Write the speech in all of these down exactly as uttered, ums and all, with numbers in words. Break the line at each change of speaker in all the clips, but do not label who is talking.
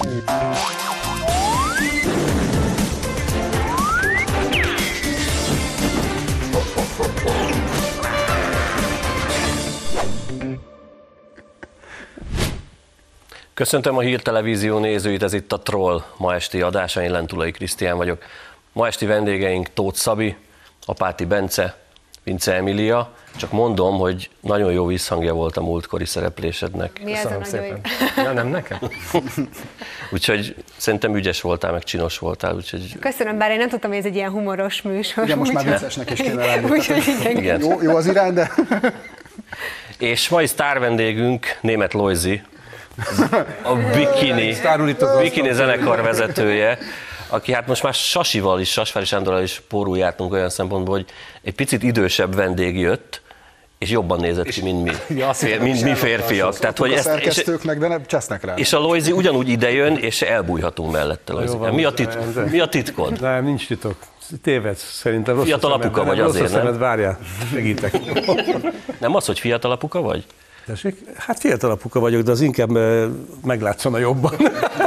Köszöntöm a Hír Televízió nézőit, ez itt a Troll ma esti adása, én Lentulai Krisztián vagyok. Ma esti vendégeink Tóth Szabi, Apáti Bence, Vince Emilia. Csak mondom, hogy nagyon jó visszhangja volt a múltkori szereplésednek.
Mi ez a nagyon
szépen. Ja, nem nekem? Úgyhogy
szerintem ügyes voltál, meg csinos voltál. Úgyhogy...
Köszönöm, bár én nem tudtam, hogy ez egy ilyen humoros műsor.
Igen, most már viccesnek is kéne lenni.
Igen.
Jó, jó az irány, de...
És mai sztár vendégünk Németh Loizy, a Bikini, Bikini zenekar vezetője, aki hát most már Sasival is, Sasvári Sándorral is pórul jártunk olyan szempontból, hogy egy picit idősebb vendég jött, és jobban nézett ki, mint mi, ja, Fér, mint mi férfiak. Tehát, hogy
a
ezt,
szerkesztőknek, de nem csesznek rá.
És a Loizy ugyanúgy idejön, és elbújhatunk mellette. Loizy. Mi, a tit, mi a titkod?
Nem, nincs titok. Tévedsz, szerintem rossz
fiatal apuka vagy azért, nem?
Szemed, várjál, segítek.
Nem az, hogy fiatal apuka vagy?
Tessék? Hát fiatal apuka vagyok, de az inkább meglátszana jobban.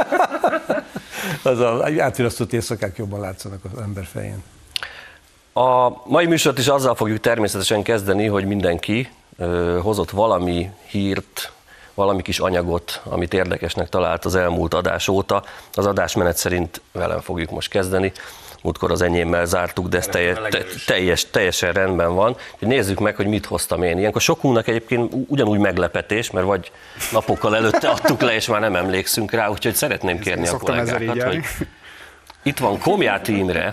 Az a átvirasztott éjszakák jobban látszanak az ember fején.
A mai műsort is azzal fogjuk természetesen kezdeni, hogy mindenki ö, hozott valami hírt, valami kis anyagot, amit érdekesnek talált az elmúlt adás óta. Az adásmenet szerint velem fogjuk most kezdeni. Múltkor az enyémmel zártuk, de ez teljes, teljes, teljesen rendben van. Nézzük meg, hogy mit hoztam én. Ilyenkor sokunknak egyébként ugyanúgy meglepetés, mert vagy napokkal előtte adtuk le, és már nem emlékszünk rá, úgyhogy szeretném kérni én a kollégákat, hogy itt van Komjáti Imre,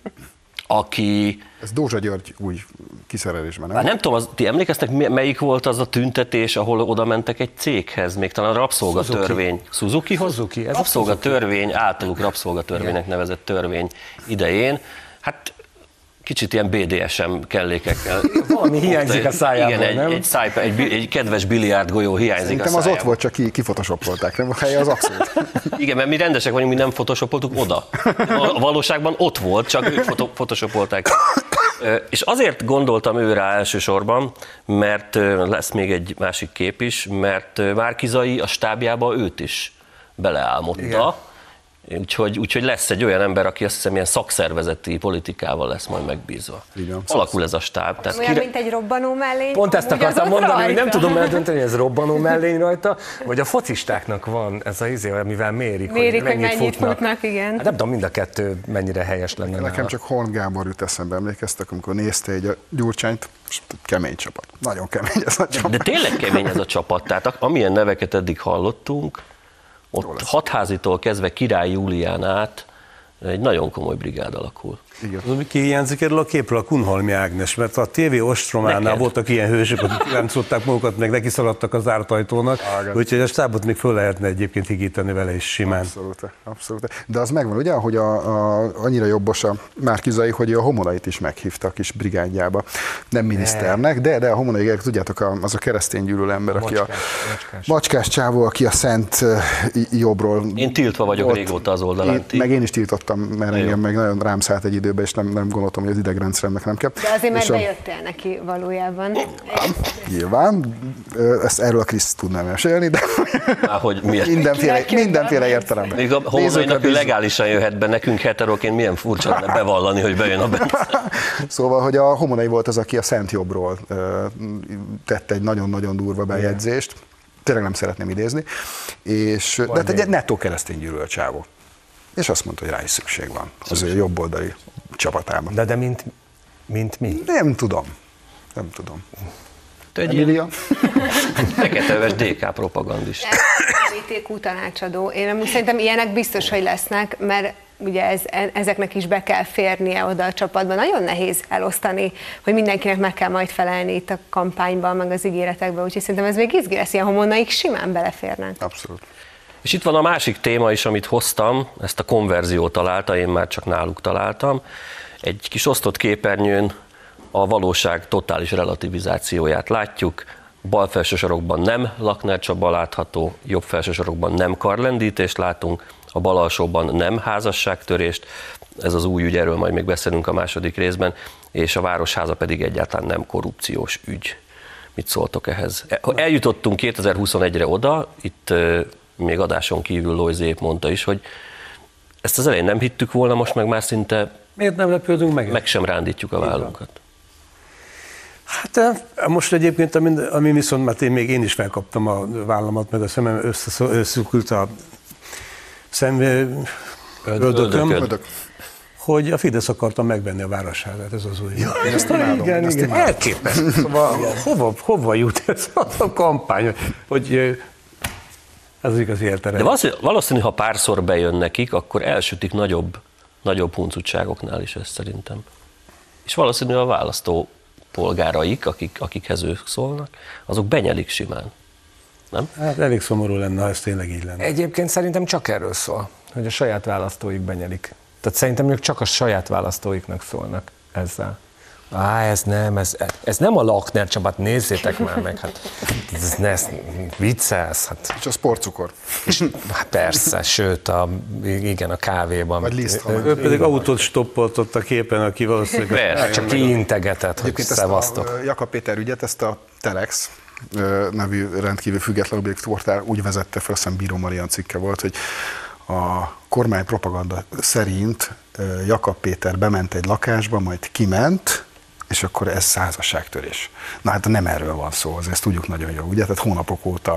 aki...
Ez Dózsa György új kiszerelésben, nem?
Hát nem tudom, az, ti emlékeztek, melyik volt az a tüntetés, ahol oda mentek egy céghez, még talán a rabszolgatörvény. Suzukihoz?
Suzuki, ez
rabszolgatörvény, általuk rabszolgatörvénynek nevezett törvény idején. Hát kicsit ilyen bé dé es em kellékekkel.
Valami hiányzik a szájából,
igen, egy,
nem?
Egy, száj, egy, egy kedves biliárd golyó hiányzik
Szerintem
a szájából.
az ott volt, csak kifotoshopolták, nem? A helye az abszolút.
Igen, mert mi rendesek vagyunk, mi nem photoshopoltuk oda. A valóságban ott volt, csak ők photoshopolták. És azért gondoltam őre elsősorban, mert lesz még egy másik kép is, mert Márki-Zay a stábjába őt is beleálmodta. Igen. Úgyhogy, úgyhogy lesz egy olyan ember, aki azt hiszem ilyen szakszervezeti politikával lesz majd megbízva. Igen, alakul ez a stáb.
Tehát olyan, kire... mint egy robbanó mellény.
Pont ezt akartam mondani, rajta. Hogy nem tudom eldönteni, hogy ez robbanó mellény rajta, vagy a focistáknak van ez a izé, amivel mérik,
mérik
hogy mennyit,
hogy mennyit futnak.
futnak.
Igen.
Hát nem tudom, mind a kettő mennyire helyes lenne.
Nekem nála. Csak Horn Gábor jut eszembe, emlékeztek, amikor nézte egy a Gyurcsányt, és kemény csapat. Nagyon kemény ez a csapat.
De tényleg kemény ez a csapat, tehát amilyen neveket eddig hallottunk, ott Hatházitól kezdve Király Júlián át egy nagyon komoly brigád alakul.
Igen. Ki hiányzik erről a képről? A Kunhalmi Ágnes, mert a té vé Ostrománál voltak ilyen hősök, akik láncolták magukat, meg neki szaladtak az zárt ajtónak, úgyhogy a stábot még föl lehetne egyébként higítani vele is simán.
Abszolút, abszolút. De az megvan, ugye, hogy a, a, annyira jobbos a Márki-Zay, hogy a Homonait is meghívta a kis brigádjába. Nem miniszternek, de, de a Homonai, tudjátok, az a keresztény gyűlölő ember, aki a macskás, macskás csávó, aki a szent jobbról.
Én tiltva vagyok ott, régóta az oldalán.
Én, meg én is tiltottam, mert Na engem jó. meg nagyon rám szállt egy időben, és nem, nem gondoltam, hogy az idegrendszeremnek nem kell.
De azért mert bejöttél neki valójában.
Nyilván, ezt erről a Krisz tudnám mesélni, de
Há, hogy
mindenféle, mindenféle értelemben.
Még a Homonainak ő legálisan jöhet be, nekünk heteróként milyen furcsa bevallani, hogy bejön a Bence.
Szóval, hogy a Homonai volt az, aki a szent jobbról tette egy nagyon-nagyon durva bejegyzést. Tényleg nem szeretném idézni. És, de hát egy nettó keresztény gyűlölt csávó. És azt mondta, hogy rá is szükség van az ő jobboldali csapatában.
De, de mint, mint mi?
Nem tudom. Nem tudom.
Emilia?
Feketeöves dé ká propagandist.
bé té kú tanácsadó. Én amúgy szerintem ilyenek biztos, hogy lesznek, mert ugye ez, ezeknek is be kell férnie oda a csapatban. Nagyon nehéz elosztani, hogy mindenkinek meg kell majd felelni itt a kampányban, meg az ígéretekben, úgyhogy szerintem ez még izgi lesz, ilyen Homonaik simán beleférnek.
Abszolút.
És itt van a másik téma is, amit hoztam, ezt a konverziót találta, én már csak náluk találtam. Egy kis osztott képernyőn a valóság totális relativizációját látjuk. Bal felső sarokban nem Lakner Csaba látható, jobb felső sarokban nem karlendítést látunk, a bal alsóban nem házasságtörést, ez az új ügy, erről majd még beszélünk a második részben, és a Városháza pedig egyáltalán nem korrupciós ügy. Mit szóltok ehhez? Eljutottunk kétezer-huszonegyre oda, itt még adáson kívül Lojzé épp mondta is, hogy ezt az elején nem hittük volna, most meg már szinte
Miért nem lepődünk meg?
meg sem rándítjuk a vállunkat.
Hát most egyébként, ami, ami viszont, mert én még én is felkaptam a vállamat, meg a szemem összeszükült a szemöldököm, hogy a Fidesz akarta megvenni a Városhágát, ez az új.
Ja, én ezt imádom,
igen,
én ezt
igen, elképesztő. Szóval hova, hova jut ez a kampány, hogy ez az igazi elterelés.
De valószínű, valószínű, ha párszor bejön nekik, akkor elsütik nagyobb, nagyobb huncutságoknál is ezt szerintem. És valószínű a választó polgáraik, akik, akikhez ők szólnak, azok benyelik simán. Nem?
Hát elég szomorú lenne, ha ez tényleg így lenne.
Egyébként szerintem csak erről szól, hogy a saját választóik benyelik. Tehát szerintem ők csak a saját választóiknak szólnak ezzel. Á, ez nem, ez, ez nem a Lakner csapat, nézzétek már meg, hát ez, ez viccelsz. Hát.
És a sportcukor.
És, hát persze, sőt, a, igen, a kávéban.
Vagy liszt.
Ő pedig autót stoppolt ott a képen, aki valószínűleg...
Hát csak kiintegetett, hogy szevasztok.
Ezt a Jakab Péter ügyet, ezt a Telex nevű rendkívül független objektportál úgy vezette fel, aztán Bíró Marian cikke volt, hogy a kormány propaganda szerint Jakab Péter bement egy lakásba, majd kiment, és akkor ez százasságtörés. Na hát nem erről van szó, ezt tudjuk nagyon jól, ugye? Tehát hónapok óta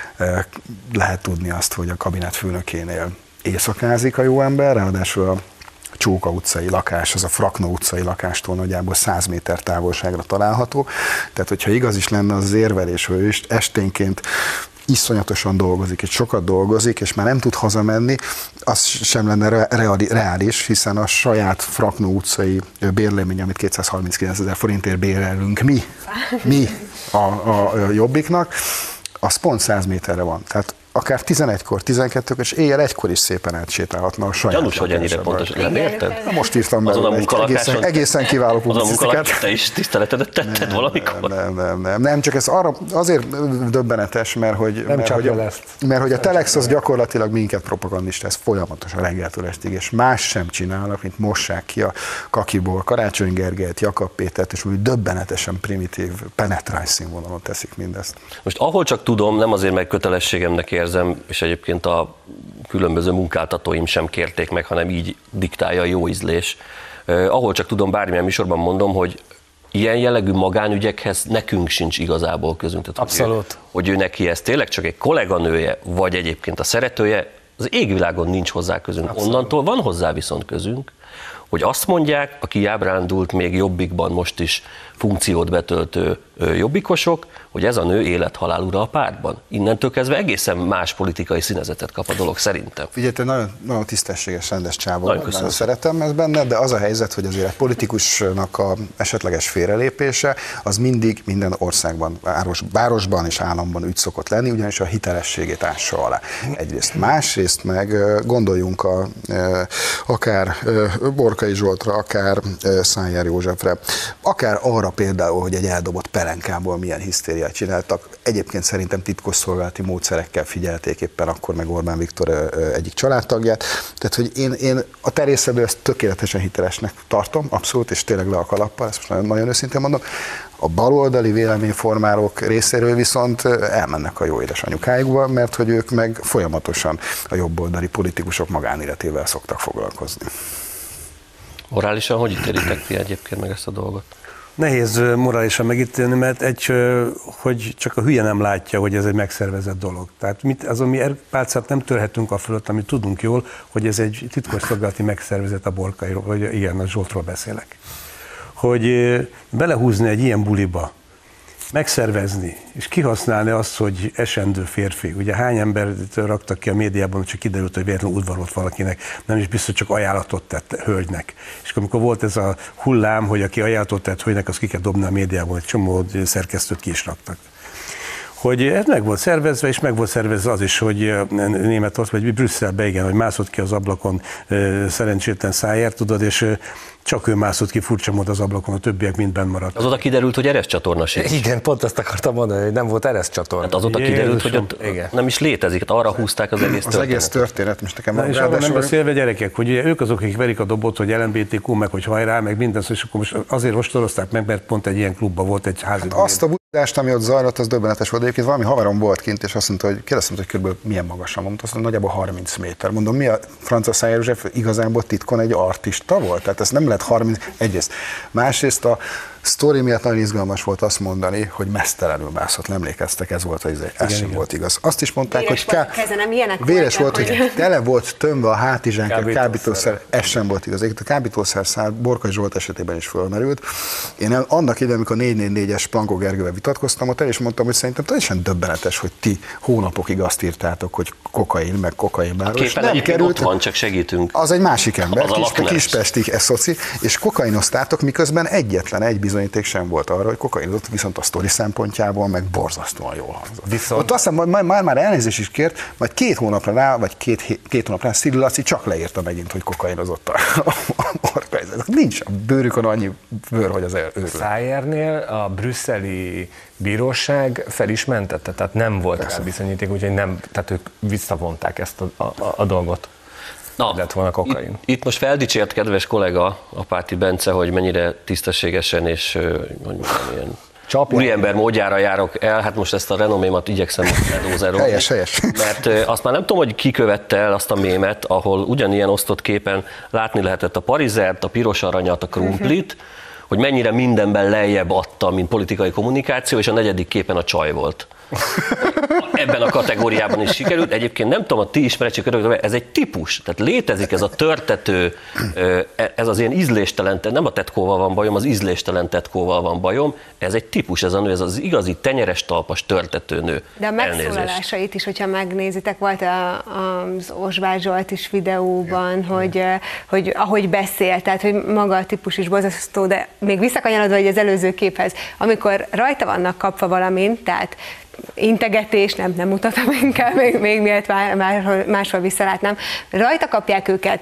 lehet tudni azt, hogy a kabinet főnökénél éjszakázik a jó ember, ráadásul a Csóka utcai lakás, az a Fraknó utcai lakástól nagyjából száz méter távolságra található. Tehát, hogyha igaz is lenne az érvelés, hogy ő is esténként iszonyatosan dolgozik, és sokat dolgozik, és már nem tud hazamenni, az sem lenne reális, hiszen a saját Fraknó utcai bérlemény, amit kétszázharminckilencezer forintért bérelünk mi, mi a, a, a Jobbiknak, az pont száz méterre van. Tehát akár tizenegykor, tizenkettőkor, és éjjel egykor is szépen átsétálhatna a saját.
Gyanús, hogy ennyire pontos, nem érted?
Most írtam be egy egészen, egészen kiváló publicisztikát.
Te is tiszteletedet tetted
nem,
valamikor?
Nem, nem, nem, nem, csak ez arra azért döbbenetes, mert hogy,
nem
mert, hogy, a, mert hogy a Telex az gyakorlatilag minket propagandista, ez folyamatosan reggeltől estig, és más sem csinálnak, mint mossák ki a kakiból Karácsony Gergelyt, Jakab Pétert, és úgy döbbenetesen primitív, penetráns színvonalon teszik mindezt.
Most ahol csak tudom, nem azért, mert kötelességemnek érzem, és egyébként a különböző munkáltatóim sem kérték meg, hanem így diktálja a jó ízlés. Uh, ahol csak tudom, bármilyen műsorban mondom, hogy ilyen jellegű magánügyekhez nekünk sincs igazából közünk. Tehát,
abszolút.
Hogy, hogy ő neki ez tényleg csak egy kolléganője, vagy egyébként a szeretője, az égvilágon nincs hozzá közünk. Abszolút. Onnantól van hozzá viszont közünk, hogy azt mondják, a kiábrándult még Jobbikban most is funkciót betöltő jobbikosok, hogy ez a nő élet-halál ura a pártban. Innentől kezdve egészen más politikai színezetet kap a dolog szerintem.
Figyelj, te nagyon, nagyon tisztességes, rendes csávó, nagyon, nagyon szeretem ezt benne, de az a helyzet, hogy azért egy politikusnak a esetleges félrelépése, az mindig minden országban, város, városban és államban ügy szokott lenni, ugyanis a hitelességét ássa alá. Egyrészt. Másrészt meg gondoljunk a, akár Borkai Zsoltra, akár Szájer Józsefre, akár arra például, hogy egy eldobott pelenkából milyen hisztériát csináltak. Egyébként szerintem titkosszolgálati módszerekkel figyelték éppen akkor meg Orbán Viktor egyik családtagját. Tehát, hogy én, én a terjeszedő ezt tökéletesen hitelesnek tartom, abszolút, és tényleg le a kalappal, ezt most nagyon, nagyon őszintén mondom. A baloldali véleményformálók részéről viszont elmennek a jó édesanyukájukba, mert hogy ők meg folyamatosan a jobboldali politikusok magánéletével szoktak foglalkozni.
Morálisan hogy ítélitek ti egyébként meg ezt a dolgot?
Nehéz morálisan megítélni, mert egy, hogy csak a hülye nem látja, hogy ez egy megszervezett dolog. Tehát mit, azon mi pálcát nem törhetünk a fölött, amit tudunk jól, hogy ez egy titkosszolgálati megszervezet a Borkairól, vagy igen, a Zsoltról beszélek. Hogy belehúzni egy ilyen buliba, megszervezni, és kihasználni azt, hogy esendő férfi. Ugye hány embert raktak ki a médiában, csak kiderült, hogy véletlenül udvarolt valakinek, nem is biztos, csak ajánlatot tett hölgynek. És amikor volt ez a hullám, hogy aki ajánlatot tett hölgynek, az ki kell dobni a médiában, egy csomó szerkesztőt ki is raktak. Hogy ez meg volt szervezve, és meg volt szervezve az is, hogy Németország, vagy Brüsszelbe, igen, hogy mászott ki az ablakon szerencsétlen Szájer, tudod, és csak ő mászott ki furcsa mód az ablakon, a többiek mind benn maradt.
Azóta kiderült, hogy eres csatorna sincs.
Igen, pont azt akartam mondani, hogy nem volt eres csatorna.
Hát azóta
Jézusom.
kiderült, hogy ott igen. nem is létezik, arra húzták az egész
Az
történetet.
egész történet, most nekem
Na, és arra nem beszélve gyerekek, hogy ugye ők azok, akik verik a dobot, hogy el em bé té kú, meg hogy hajrá, meg minden, és akkor most azért ostorozták meg, mert pont egy ilyen klubban volt egy házi.
Hát azt a ami ott zajlott, az döbbenetes volt. Egyébként valami haverom volt kint, és azt mondta, hogy kérdeztem, hogy körülbelül milyen magasan mondta, azt mondta, nagyjából harminc méter. Mondom, mi a Francia Szájer József igazából titkon egy artista volt? Tehát ez nem lehet harminc, egyrészt. Másrészt a sztori miatt nagyon izgalmas volt azt mondani, hogy mesztelenül mászott, nem emlékeztek, ez volt, hogy ez sem volt igaz. Azt is mondták,
véres
hogy ká...
ká...
véres volt, hogy, hogy tele volt tömve a hátizsánk, kábítószer, ez sem volt igaz. A kábítószer szál Borkai Zsolt esetében is fölmerült. Én annak idején, amikor négy négy négyes Plankó Gergővel vitatkoztam, ott el is mondtam, hogy szerintem teljesen döbbenetes, hogy ti hónapokig azt írtátok, hogy kokain, meg kokainbáros.
A képen nem került, ott van, csak segítünk.
Az egy másik ember,
az
kis, kispesti eszoci, és kokainoztátok, miközben egyetlen egy bizonyíték sem volt arra, hogy kokainozott, viszont a sztori szempontjából meg borzasztóan jól hangzott. Viszont... Ott azt hiszem, majd már, már elnézést is kért, majd két hónapra rá, vagy két, két hónapra rá Szili Laci csak leírta megint, hogy kokainozott a, a Borkai. Nincs a bőrükön annyi bőr, hogy az őrül.
Szájernél a brüsszeli bíróság fel is mentette, tehát nem volt rá bizonyíték, úgyhogy nem, tehát ők visszavonták ezt a, a, a dolgot.
Na,
lett volna kokain.
Itt, itt most feldícsért kedves kollega, Apáti Bence, hogy mennyire tisztességesen és mondjuk ilyen úriember módjára járok el, hát most ezt a renomémat igyekszem ledózerolni.
Helyes, helyes.
Mert azt már nem tudom, hogy ki követte el azt a mémet, ahol ugyanilyen osztott képen látni lehetett a parizert, a piros aranyat, a krumplit, hogy mennyire mindenben lejjebb adta, mint politikai kommunikáció, és a negyedik képen a csaj volt. Ebben a kategóriában is sikerült. Egyébként nem tudom, a ti ismerettség, ez egy típus, tehát létezik ez a törtető, ez az ilyen ízléstelen, nem a tetkóval van bajom, az ízléstelen tetkóval van bajom, ez egy típus, ez a nő, ez az igazi tenyeres talpas törtető nő.
De a megszólalásait is, hogyha megnézitek, volt a, az Osváth Zsolt is videóban, hogy, hogy ahogy beszél, tehát hogy maga a típus is borzasztó, de még visszakanyarodva az előző képhez, amikor rajta vannak kapva valamin, tehát integetés, nem, nem mutatom inkább, még, még miért máshol, máshol visszalátnám, rajta kapják őket,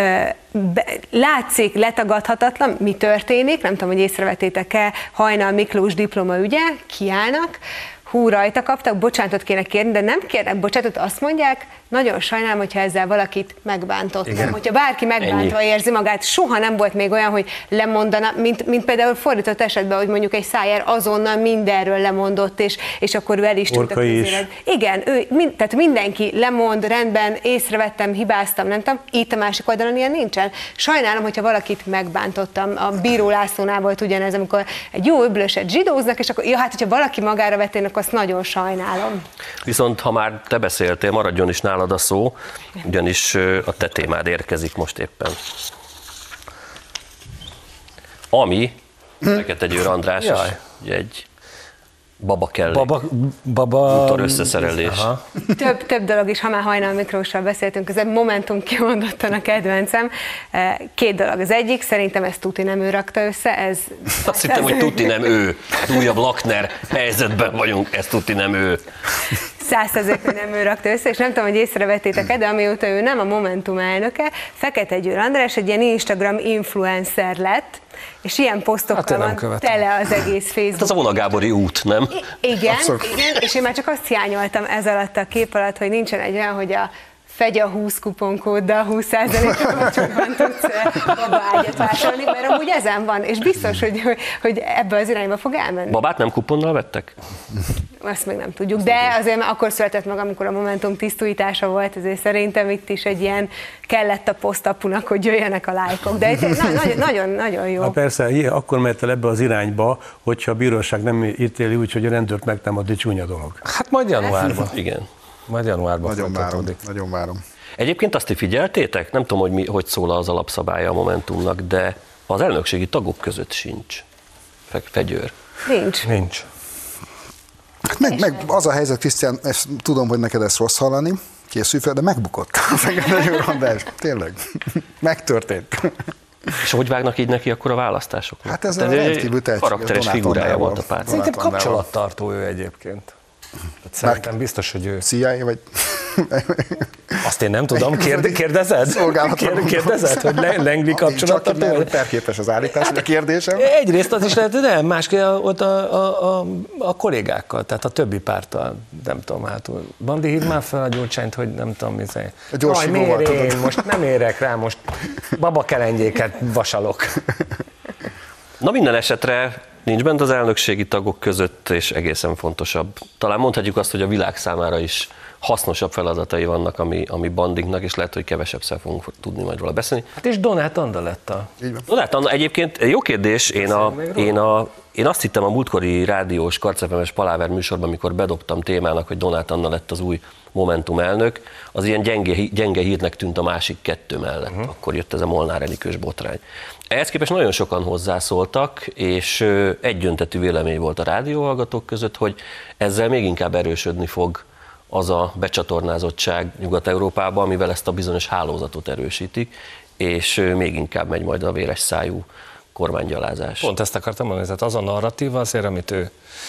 látszik, letagadhatatlan, mi történik, nem tudom, hogy észrevettétek-e, Hajnal Miklós diploma ügye, kiállnak, hú, rajta kaptak, bocsánatot kéne kérni, de nem kérnek bocsánatot, azt mondják, nagyon sajnálom, hogyha ezzel valakit megbántottam. Igen. Hogyha bárki megbántva Ennyi. érzi magát, soha nem volt még olyan, hogy lemondana, mint, mint például fordított esetben, hogy mondjuk egy Szájer azonnal mindenről lemondott, és, és akkor ő el is tudta közélet. Igen, ő, mind, tehát mindenki lemond, rendben, észrevettem, hibáztam, nem tudom, itt a másik oldalon ilyen nincsen. Sajnálom, hogyha valakit megbántottam. A Bíró Lászlónál volt ugyanez, amikor egy jó öblöset zsidóznak, és akkor, ja, hát hogyha valaki magára vettének, azt nagyon sajnálom.
Viszont ha már te beszéltél, maradjon is nálad a szó, ugyanis a te témád érkezik most éppen. Ami, Fekete Győr András, egy baba kellék,
baba, baba...
motor összeszerelés.
Több, több dolog is, ha már Hajnal Miklóssal beszéltünk, ez egy Momentum kimondottan a kedvencem. Két dolog. Az egyik, szerintem ezt tuti nem ő rakta össze. Ez,
Azt hittem, hogy tuti nem ő. Újabb Lakner helyzetben vagyunk, ez tuti nem ő.
Százszerzékben nem ő rakta össze, és nem tudom, hogy észrevettétek-e, de amióta ő nem a Momentum elnöke, Fekete Győr András egy ilyen Instagram influencer lett, és ilyen posztokkal hát van tele az egész Facebook. Hát
az a Vona Gábori út, nem?
I- igen, igen, és én már csak azt hiányoltam ez alatt a kép alatt, hogy nincsen egy olyan, hogy a Fegya húsz kuponkóddal húsz százalékra csomagban tudsz babágyat vásárolni, mert amúgy ezen van, és biztos, hogy, hogy ebbe az irányba fog elmenni.
Babát nem kuponnal vettek?
Azt még nem tudjuk, de azért már akkor született meg, amikor a Momentum tisztújítása volt, ezért szerintem itt is egy ilyen kellett a posztapunak, hogy jöjjenek a lájkok, de nagyon-nagyon jó.
Na persze, akkor mehet el ebbe az irányba, hogyha a bíróság nem ítéli úgy, hogy a rendőrt megtámadni, csúnya dolog.
Hát majd januárban.
Igen.
Majd januárban
nagyon várom, nagyon várom.
Egyébként azt ti figyeltétek? Nem tudom, hogy mi, hogy szól az alapszabálya a Momentumnak, de az elnökségi tagok között sincs Fegyőr.
Nincs.
Nincs.
Meg, meg az a helyzet, Krisztián, ezt tudom, hogy neked ezt rossz hallani, készülj fel, de megbukott. Tényleg. Megtörtént.
És hogy vágnak így neki akkor a választásoknak?
Hát ez a rendkívül tehetséges
karakteres figurája volt a párt.
Szerintem kapcsolattartó ő egyébként. Szerintem biztos, hogy ő...
C I A vagy...
Azt én nem tudom, Kérde, kérdezed? Kérdezed, kérdezed, hogy Lengli kapcsolattartó?
Csak terképes az állítás, hát, a kérdésem.
Egyrészt az is lehet, de nem, másképp ott a, a, a, a kollégákkal, tehát a többi párttal, nem tudom, hát Bandi hív már fel a Gyurcsányt, hogy nem tudom, mi szerint.
A gyors hívóval tudod.
Én most nem érek rá, most babakelengyéket vasalok.
Na minden esetre nincs bent az elnökségi tagok között, és egészen fontosabb. Talán mondhatjuk azt, hogy a világ számára is hasznosabb feladatai vannak, ami, ami Bandinknak, és lehet, hogy kevesebbszer fogunk tudni majd róla beszélni.
Hát és Donát Anna lett a...
Donát Anna egyébként jó kérdés, én, a, én, a, én azt hittem a múltkori rádiós Karc ef em-es Paláver műsorban, amikor bedobtam témának, hogy Donát Anna lett az új Momentum elnök, az ilyen gyenge, gyenge hírnek tűnt a másik kettő mellett. Uh-huh. Akkor jött ez a Molnár Enikős botrány. Ehhez képest nagyon sokan hozzászóltak, és egyöntetű vélemény volt a rádióhallgatók között, hogy ezzel még inkább erősödni fog az a becsatornázottság Nyugat-Európában, amivel ezt a bizonyos hálózatot erősítik, és még inkább megy majd a véres szájú kormánygyalázás.
Pont ezt akartam mondani, tehát az a narratíva azért, amit ő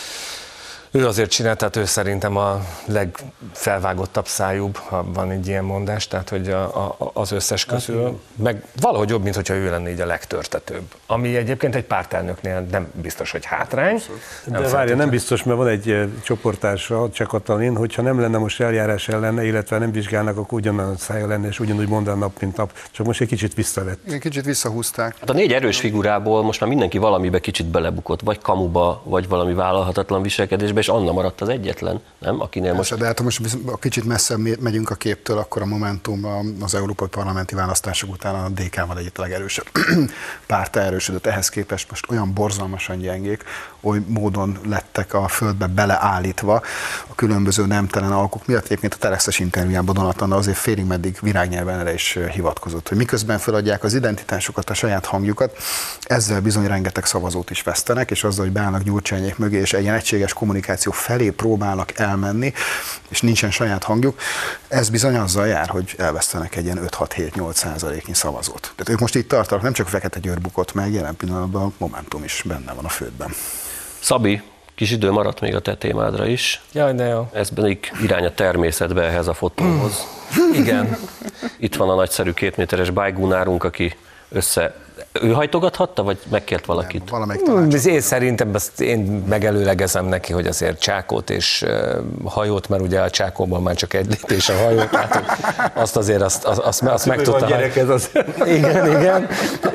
Ő azért csinált, tehát ő szerintem a legfelvágottabb szájúbb, ha van egy ilyen mondás, tehát hogy a, a, az összes közül, meg valahogy jobb, mint hogyha ő lenne így a legtörtetőbb. Ami egyébként egy pártelnöknél nem biztos, hogy hátrány.
De nem várja, nem biztos, mert van egy csoporttársa, Cseh Katalin, hogyha nem lenne most eljárás ellene, illetve nem vizsgálnak, akkor ugyanolyan szája lenne, és ugyanúgy mondan nap, mint nap, csak most egy kicsit visszavett.
Egy kicsit visszahúzták.
Hát a négy erős figurából most már mindenki valamibe kicsit belebukott, vagy kamuba, vagy valami vállalhatatlan viselkedésbe, és Anna maradt az egyetlen, nem? Akinél most...
Persze, de hát ha most a kicsit messze megyünk a képtől, akkor a Momentum az európai parlamenti választások után a dé ká-val egyik a legerősebb párta erősödött. Ehhez képest most olyan borzalmasan gyengék, oly módon lettek a földbe beleállítva a különböző nemtelen alkuk miatt. Egyébként a Telexes interjújában Donát Anna azért félig meddig virágnyelven erre is hivatkozott, hogy miközben feladják az identitásukat, a saját hangjukat, ezzel bizony rengeteg szavazót is vesztenek, és azzal, hogy beállnak Gyurcsányék mögé, és egy ilyen egységes kommunikáció felé próbálnak elmenni, és nincsen saját hangjuk, ez bizony azzal jár, hogy elvesztenek egy ilyen öt-hat-hét-nyolc százaléknyi szavazót. Tehát ők most itt tartanak, nem csak Fekete Győr bukott meg, jelen pillanatban a Momentum is benne van a földben.
Szabi, kis idő maradt még a te témádra is.
Jaj, de jó.
Ez pedig irány a természetbe ehhez a fotóhoz.
Igen.
Itt van a nagyszerű kétméteres bájgúnárunk, aki össze... Ő hajtogathatta, vagy megkért valakit?
Nem, valamelyik tanács.
Én szerintem ezt én megelőlegezem neki, hogy azért csákót és hajót, mert ugye a csákóban már csak egy lépés a hajó, tehát azt azért azt, azt, azt, azt meg tudta.
Az.
Igen, igen.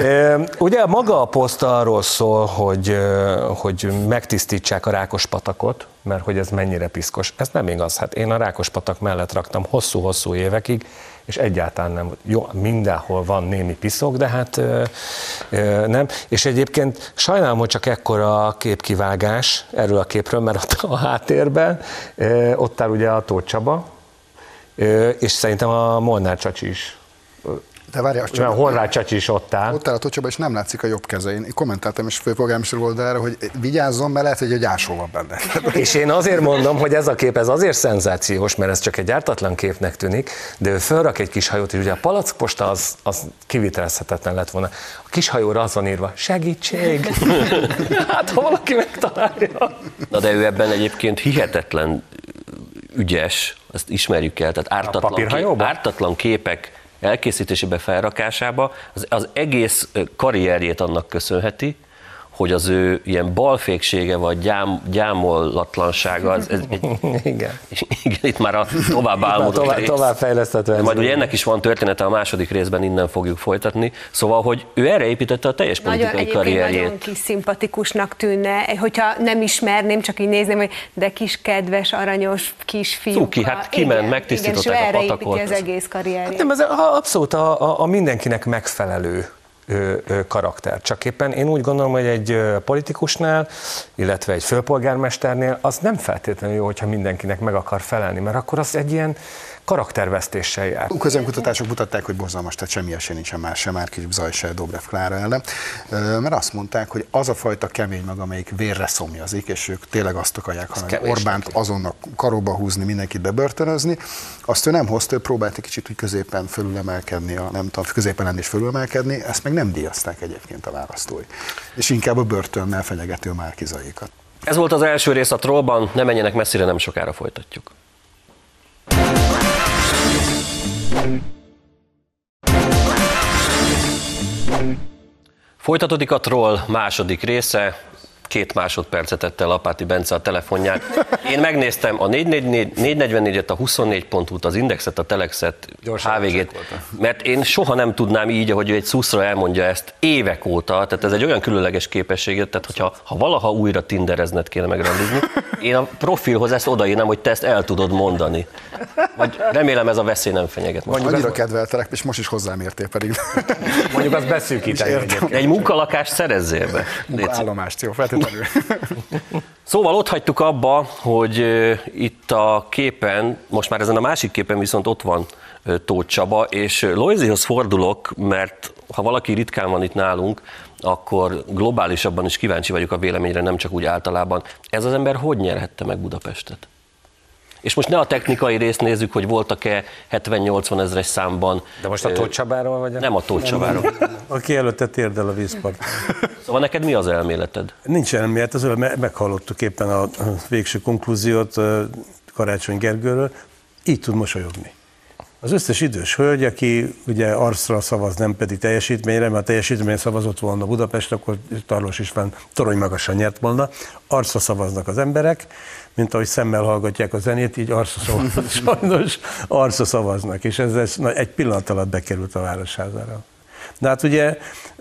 Ugye maga a poszt arról szól, hogy, hogy megtisztítsák a Rákospatakot, mert hogy ez mennyire piszkos. Ez nem igaz. Hát én a Rákospatak mellett raktam hosszú-hosszú évekig, és egyáltalán nem, jó, mindenhol van némi piszok, de hát ö, ö, nem. És egyébként sajnálom, hogy csak ekkora képkivágás erről a képről, mert ott a háttérben, ö, ott áll ugye a Tóth Csaba, ö, és szerintem a Molnár Csacsi is.
De várjál,
a Horváth Csacsi is ott áll.
Ott áll a Tóth Csaba, és nem látszik a jobb keze. Én kommentáltam is főpolgármester oldalára, hogy vigyázzon, mert lehet, hogy egy ásó van benne.
És én azért mondom, hogy ez a kép ez azért szenzációs, mert ez csak egy ártatlan képnek tűnik, de ő fölrak egy kis hajót, és ugye a palackposta az, az kivitelezhetetlen lett volna. A kis hajóra az van írva, segítség! Hát ha valaki megtalálja.
Na de ő ebben egyébként hihetetlen ügyes, azt ismerjük el, tehát ártatlan, kép, ártatlan képek elkészítésébe, felrakásába az, az egész karrierjét annak köszönheti, hogy az ő ilyen balféksége vagy gyám, gyámolatlansága, az, ez egy,
igen.
igen, itt már a tovább álmodott
tovább, tovább fejleszthető.
Majd ugye ennek is van története, a második részben innen fogjuk folytatni, szóval, hogy ő erre építette a teljes politikai
nagyon,
karrierjét.
Nagyon kis szimpatikusnak tűnne, hogyha nem ismerném, csak így nézném, hogy de kis kedves, aranyos kisfiú.
Cuki, hát kiment, megtisztították a patakot.
Igen, és erre építi az egész karrierjét.
Hát nem, ez abszolút a, a, a mindenkinek megfelelő Ö, ö, karakter. Csak éppen én úgy gondolom, hogy egy ö, politikusnál, illetve egy főpolgármesternél az nem feltétlenül jó, hogyha mindenkinek meg akar felelni, mert akkor az egy ilyen karaktervesztéssel jár.
Közönkutatások mutatták, hogy borzalmas, tehát semmi esély nincsen más, sem Márki Zaj, se Dobrev Klára ellen, mert azt mondták, hogy az a fajta kemény mag, amelyik vérre szomjazik, és ők tényleg azt akarják, hanem Orbánt azonnal karóba húzni, mindenkit bebörtönözni, azt ő nem hozta, ő próbált egy kicsit úgy középen fölülemelkedni, a, nem tudom, középen lenni és fölülemelkedni, ezt meg nem díjazták egyébként a választói. És inkább a börtönnel fenyegető Márki Zajékat.
Ez volt az első rész a Trollban, ne menjenek messzire, nem sokára folytatjuk. Folytatódik a Troll második része. két másodpercet tette Lapáti Bence a telefonján. Én megnéztem a négy negyvennégyet, a huszonnégy pont hu-t, az Indexet, a Telexet, há vé gét, mert én soha nem tudnám így, ahogy ő egy szuszra elmondja ezt évek óta, tehát ez egy olyan különleges képesség, tehát hogyha ha valaha újra tinderezned kéne megrendezni, én a profilhoz ezt odaírnám, hogy te ezt el tudod mondani. Vagy remélem ez a veszély nem fenyeget.
Mondjuk annyira kedveltelek, és most is hozzám értél pedig.
Mondjuk azt beszűkíteni.
Egy munkalakást szerezzél be.
Munkaállomást, jó, feltétlenül.
Szóval ott hagytuk abba, hogy itt a képen, most már ezen a másik képen viszont ott van Tóth Csaba, és Loisihoz fordulok, mert ha valaki ritkán van itt nálunk, akkor globálisabban is kíváncsi vagyok a véleményre, nem csak úgy általában. Ez az ember hogy nyerhette meg Budapestet? És most ne a technikai részt nézzük, hogy voltak-e hetven-nyolcvan ezres számban.
De most a Tóth Csabáról vagy?
Nem a Tóth Csabáról.
Aki előtte térdel a vízpart.
Szóval neked mi az elméleted?
Nincs elmélet, az meghallottuk éppen a végső konklúziót Karácsony Gergőről, így tud mosolyogni. Az összes idős hölgy, aki ugye arcra szavaz, nem pedig teljesítményre, mert a teljesítményre szavazott volna Budapest, akkor Tarlós István torony magasan nyert volna. Arcra szavaznak az emberek, mint ahogy szemmel hallgatják a zenét, így arcra szavaznak. Sajnos arcra szavaznak, és ez, ez egy pillanat alatt bekerült a Városházára. De hát ugye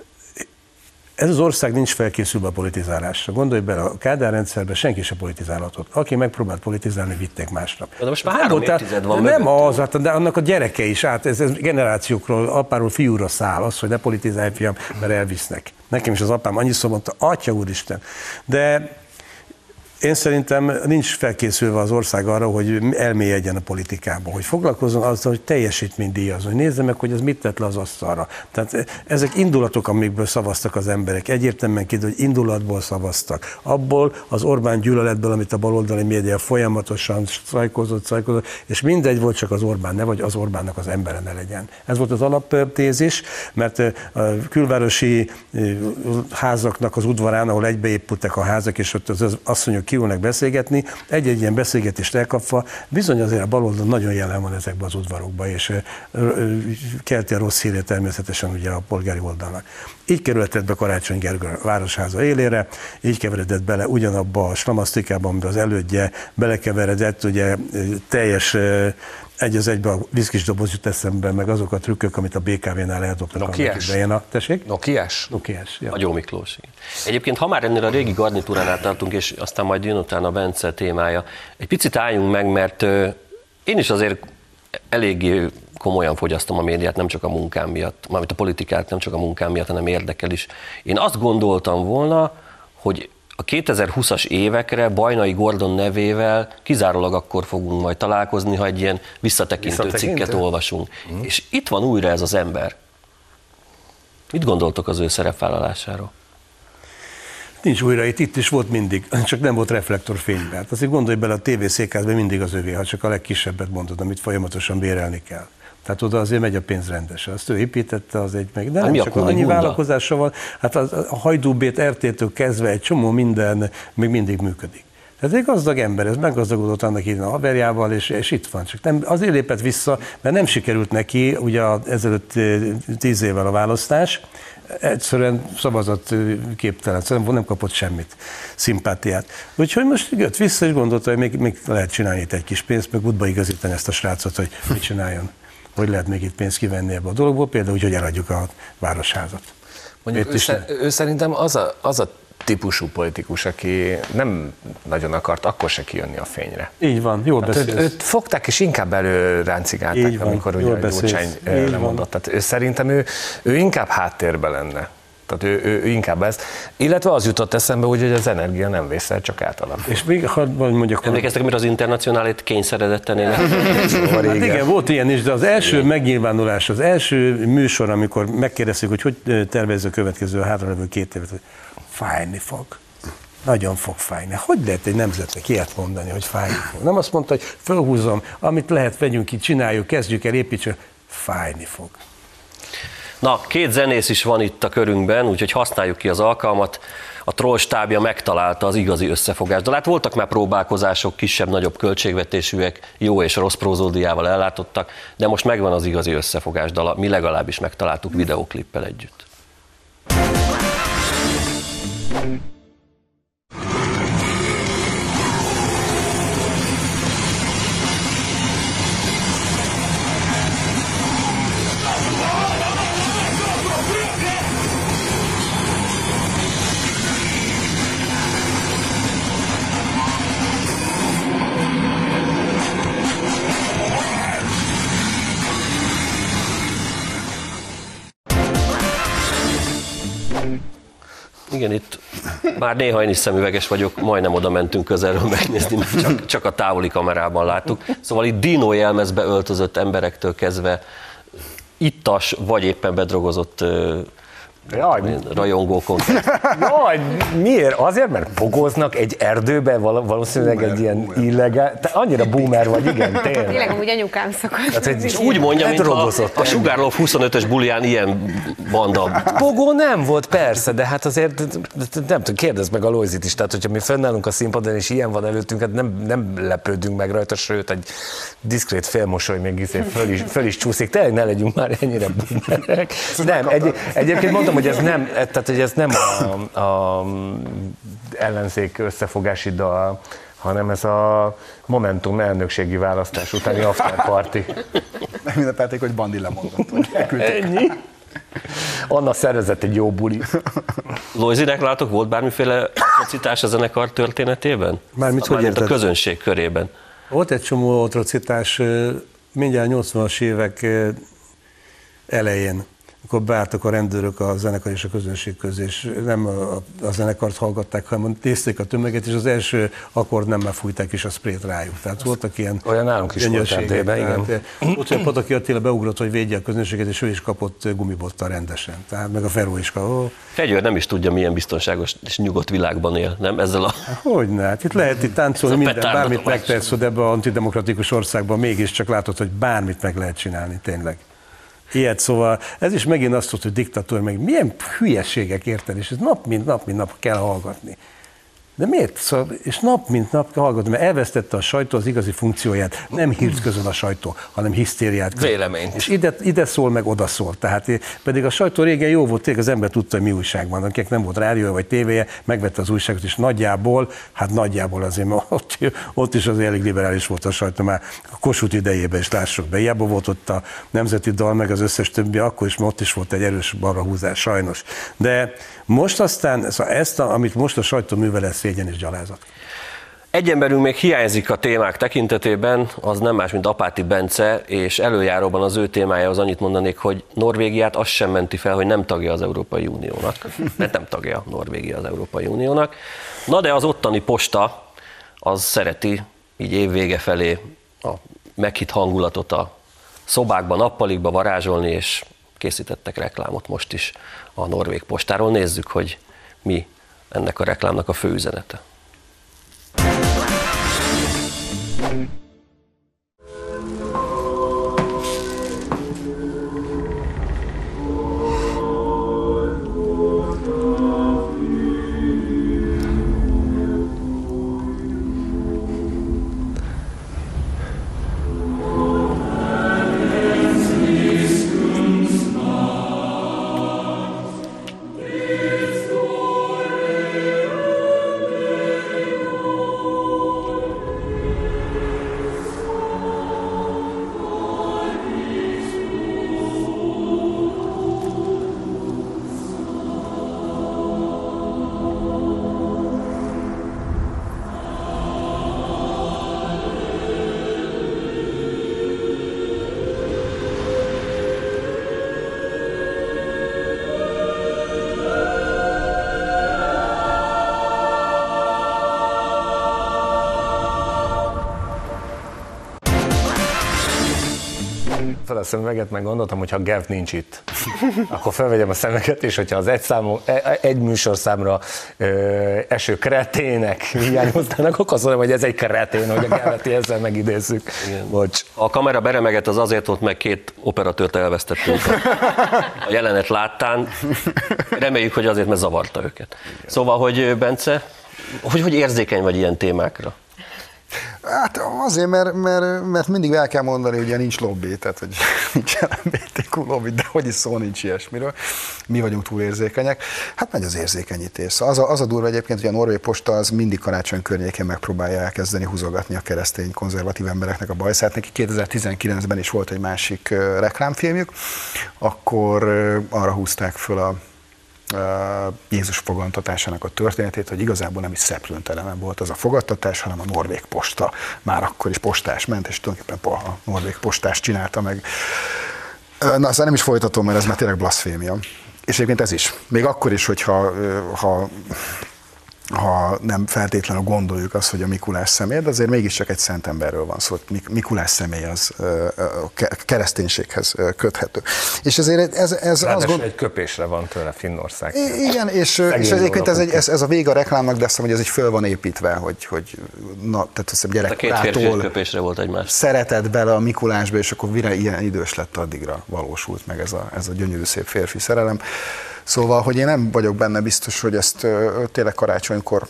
ez az ország nincs felkészülve a politizálásra. Gondolj bele, a Kádár rendszerben senki sem politizálhatott. Aki megpróbált politizálni, vitték másnap.
De most már három évtized van.
Nem az, hát, de annak a gyereke is, hát ez, ez generációkról, apáról fiúra száll, az, hogy ne politizálj, fiam, mert elvisznek. Nekem is az apám annyiszor mondta, atya úristen. De én szerintem nincs felkészülve az ország arra, hogy elmélyedjen a politikába, hogy foglalkozzon azzal, hogy teljesítménydíjazzon, hogy nézze meg, hogy ez mit tett le az asztalra. Tehát ezek indulatok, amikből szavaztak az emberek. Egyértelműen kiderül, hogy indulatból szavaztak. Abból az Orbán gyűlöletből, amit a baloldali média folyamatosan szajkozott, szajkozott, és mindegy volt, csak az Orbán ne, vagy az Orbánnak az embere ne legyen. Ez volt az alaptézis, mert a külvárosi házaknak az udvarán, ahol egybeépültek a házak, és ott az asszonyok kiülnek beszélgetni, egy-egy ilyen beszélgetést elkapva, bizony azért a baloldal nagyon jelen van ezekben az udvarokban, és kelti a rossz hírét természetesen ugye a polgári oldalnak. Így kerülhetett be Karácsony Gergő a Városháza élére, így keveredett bele ugyanabba a slamasztikában, amiben az elődje belekeveredett, ugye teljes egy az egybe a viszkis doboz jut eszembe, meg azok a trükkök, amit a bé ká vé-nál eldobtak.
Nokiás?
A tessék?
Nokiás?
Nokiás, ja.
Agyó Miklós. Egyébként, ha már ennél a régi garnitúránál tartunk, és aztán majd jön utána a Bence témája, egy picit álljunk meg, mert én is azért eléggé komolyan fogyasztom a médiát, nem csak a munkám miatt, mármint a politikát nem csak a munkám miatt, hanem érdekel is. Én azt gondoltam volna, hogy a kétezer-húszas évekre Bajnai Gordon nevével kizárólag akkor fogunk majd találkozni, ha egy ilyen visszatekintő, visszatekintő? cikket olvasunk. Mm. És itt van újra ez az ember. Mit gondoltok az ő szerepvállalásáról?
Nincs újra itt, itt is volt mindig, csak nem volt reflektorfényben. Hát azért gondolj bele, a tévészékházban mindig az övé, ha csak a legkisebbet mondod, amit folyamatosan bérelni kell. Tehát oda azért megy a pénz rendesen. Azt ő építette, az egy meg. De nem csak annyi vállalkozása van. Hát a, a Hajdúbét er té-től kezdve egy csomó minden még mindig működik. Ez egy gazdag ember, ez meggazdagodott annak idején a haverjával, és, és itt van. Csak nem, azért lépett vissza, mert nem sikerült neki ugye ezelőtt tíz évvel a választás. Egyszerűen szavazatképtelen, szóval nem kapott semmit, szimpátiát. Úgyhogy most jött vissza, és gondolta, hogy még, még lehet csinálni itt egy kis pénzt, meg útba igazítani ezt a srácot, hogy mit csináljon. Hogy lehet még itt pénzt kivenni ebből a dologból, például úgy, hogy eladjuk a Városházat.
Mondjuk ő, szer- ő szerintem az a, az a típusú politikus, aki nem nagyon akart akkor se kijönni a fényre.
Így van, jól hát beszélsz.
Őt, őt fogták és inkább előráncigálták, amikor ugye Gyurcsány lemondott. Tehát ő, szerintem ő, ő inkább háttérben lenne. Tehát ő, ő, ő inkább ez. Illetve az jutott eszembe, hogy az energia nem vészel, csak átalakul.
És még, ha mondjak...
Emlékeztek, amire az Internacionálét kényszeredett ennél?
Hát igen, volt ilyen is, de az első megnyilvánulás, az első műsor, amikor megkérdeztük, hogy hogy tervezze a következő a hátralevő két évet, hogy fájni fog. Nagyon fog fájni. Hogy lehet egy nemzetnek ilyet mondani, hogy fájni fog? Nem azt mondta, hogy fölhúzom, amit lehet, vegyünk ki, csináljuk, kezdjük el, építsük, fájni fog.
Na, két zenész is van itt a körünkben, úgyhogy használjuk ki az alkalmat. A Troll stábja megtalálta az igazi összefogást. De hát voltak már próbálkozások, kisebb-nagyobb költségvetésűek, jó és rossz prózódiával ellátottak, de most megvan az igazi összefogás dala, mi legalábbis megtaláltuk videóklippel együtt. Igen, itt már néha én is szemüveges vagyok, majdnem oda mentünk közelről megnézni, mert csak, csak a távoli kamerában láttuk. Szóval itt dino jelmezbe öltözött emberektől kezdve ittas, vagy éppen bedrogozott
Jaj,
rajongókon.
Jaj, miért? Azért, mert pogóznak egy erdőbe, valószínűleg boomer, egy ilyen illegál. Te annyira boomer vagy, igen, tényleg.
Tényleg amúgy anyukám szokott.
Hát,
és úgy mondja, mint a, a Sugárlov huszonötös buliján ilyen banda.
Pogó nem volt, persze, de hát azért nem tudom, kérdezd meg a Lojzit is, tehát hogyha mi fönnállunk a színpadon és ilyen van előttünk, hát nem, nem lepődünk meg rajta, sőt, egy diszkrét félmosoly még izé föl is, föl is csúszik, tényleg ne legyünk már ennyire boomerek. Nem, egy, egyébként mondom, hogy ez nem, tehát, hogy ez nem a, a ellenzék összefogási dal, hanem ez a Momentum elnökségi választás utáni afterparty.
Nem ünnepelték, hogy Bandi lemondott.
Ennyi. Anna szervezett egy jó buli.
Lojzinek látok, volt bármiféle atrocitás a zenekar történetében?
Mármint hogy
érted? A közönség körében.
Volt egy csomó atrocitás mindjárt nyolcvanas évek elején, akkor beálltak a rendőrök a zenekar és a közönség közé, és nem a, a zenekart hallgatták, hanem nézték a tömeget, és az első akkord nem fújták is a sprayt rájuk. Tehát voltak ilyen
olyan nálunk is volt Erdélyben, igen.
Ott olyan Pataki Attila beugrott, hogy védje a közönséget, és ő is kapott gumibottal rendesen. Tehát meg a Feró is kapott.
Fegyőr nem is tudja, milyen biztonságos és nyugodt világban él, nem? Ezzel a...
Hogyne, hát itt lehet itt táncolni, minden, bármit megtesz, hogy ebben az antidemokratikus országban mégiscsak látod, hogy bármit meg lehet csinálni, tényleg. Ilyet, szóval ez is megint azt tudja, hogy diktatúra, meg milyen hülyeségek, érted, és ez nap mint nap, mint nap kell hallgatni. De miért? Szóval, és nap mint nap kell hallgatni, mert elvesztette a sajtó az igazi funkcióját. Nem hírt közön a sajtó, hanem hisztériát közön.
Véleményt.
És ide, ide szól, meg oda szól. Tehát pedig a sajtó régen jó volt, tényleg az ember tudta, hogy mi újság van. Akinek nem volt rádiója vagy tévéje, megvette az újságot, és nagyjából, hát nagyjából azért, ott, ott is az elég liberális volt a sajtó, már a Kossuth idejében is lássuk be. Hiába volt ott a Nemzeti Dal, meg az összes többi, akkor is ott is volt egy erős balrahúzás, sajnos. De most aztán, szóval ezt, a, amit most a sajtó művel, szégyen és gyalázat.
Egy emberünk még hiányzik a témák tekintetében, az nem más, mint Apáti Bence, és előjáróban az ő témájához annyit mondanék, hogy Norvégiát azt sem menti fel, hogy nem tagja az Európai Uniónak. Mert nem tagja Norvégia az Európai Uniónak. Na de az ottani posta, az szereti így évvége felé a meghitt hangulatot a szobákban, nappalikba varázsolni, és készítettek reklámot most is a norvég postáról. Nézzük, hogy mi ennek a reklámnak a fő üzenete.
Fel a szemüveget, meg gondoltam, hogy ha Gev nincs itt, akkor felvegyem a szemüveget, és hogyha az egy, számú, egy műsorszámra ö, eső kretének hiányoznának, akkor azt mondom, hogy ez egy kretén, hogy a Geveti ezzel megidézzük. Bocs.
A kamera beremeget az azért volt, meg két operatőrt elvesztettünk a jelenet láttán. Reméljük, hogy azért, mert zavarta őket. Szóval, hogy Bence, hogy, hogy érzékeny vagy ilyen témákra?
Hát azért, mert, mert, mert mindig el kell mondani, hogy ugye nincs lobby, tehát hogy nincs el em bé té kú lobby, de hogy is szó nincs ilyesmiről. Mi vagyunk túl érzékenyek. Hát megy az érzékenyítés. Az a, az a durva egyébként, hogy a norvég posta az mindig karácsony környékén megpróbálja elkezdeni húzogatni a keresztény konzervatív embereknek a bajszát. Neki kétezer-tizenkilencben is volt egy másik uh, reklámfilmjük, akkor uh, arra húzták föl a Jézus fogantatásának a történetét, hogy igazából nem is szeplőntelenen volt az a fogadtatás, hanem a norvég posta. Már akkor is postás ment, és tulajdonképpen a norvég postás csinálta meg. Na, aztán nem is folytatom, mert ez már tényleg blaszfémia. És egyébként ez is. Még akkor is, hogyha ha, ha nem feltétlenül gondoljuk azt, hogy a Mikulás személy, de azért mégiscsak egy szent emberről van szó. Mikulás személy az a kereszténységhez köthető. És ezért ez, ez
az
gond...
egy köpésre van tőle Finnország.
Igen, és, és egyébként ez, egy, ez, ez a vége a reklámnak, de azt hiszem, hogy ez így föl van építve, hogy, hogy na, tehát azt hiszem gyerekkorától
köpésre volt egymás.
Szeretett bele a Mikulásba, és akkor mire ilyen idős lett, addigra valósult meg ez a, ez a gyönyörű szép férfi szerelem. Szóval, hogy én nem vagyok benne biztos, hogy ezt tényleg karácsonykor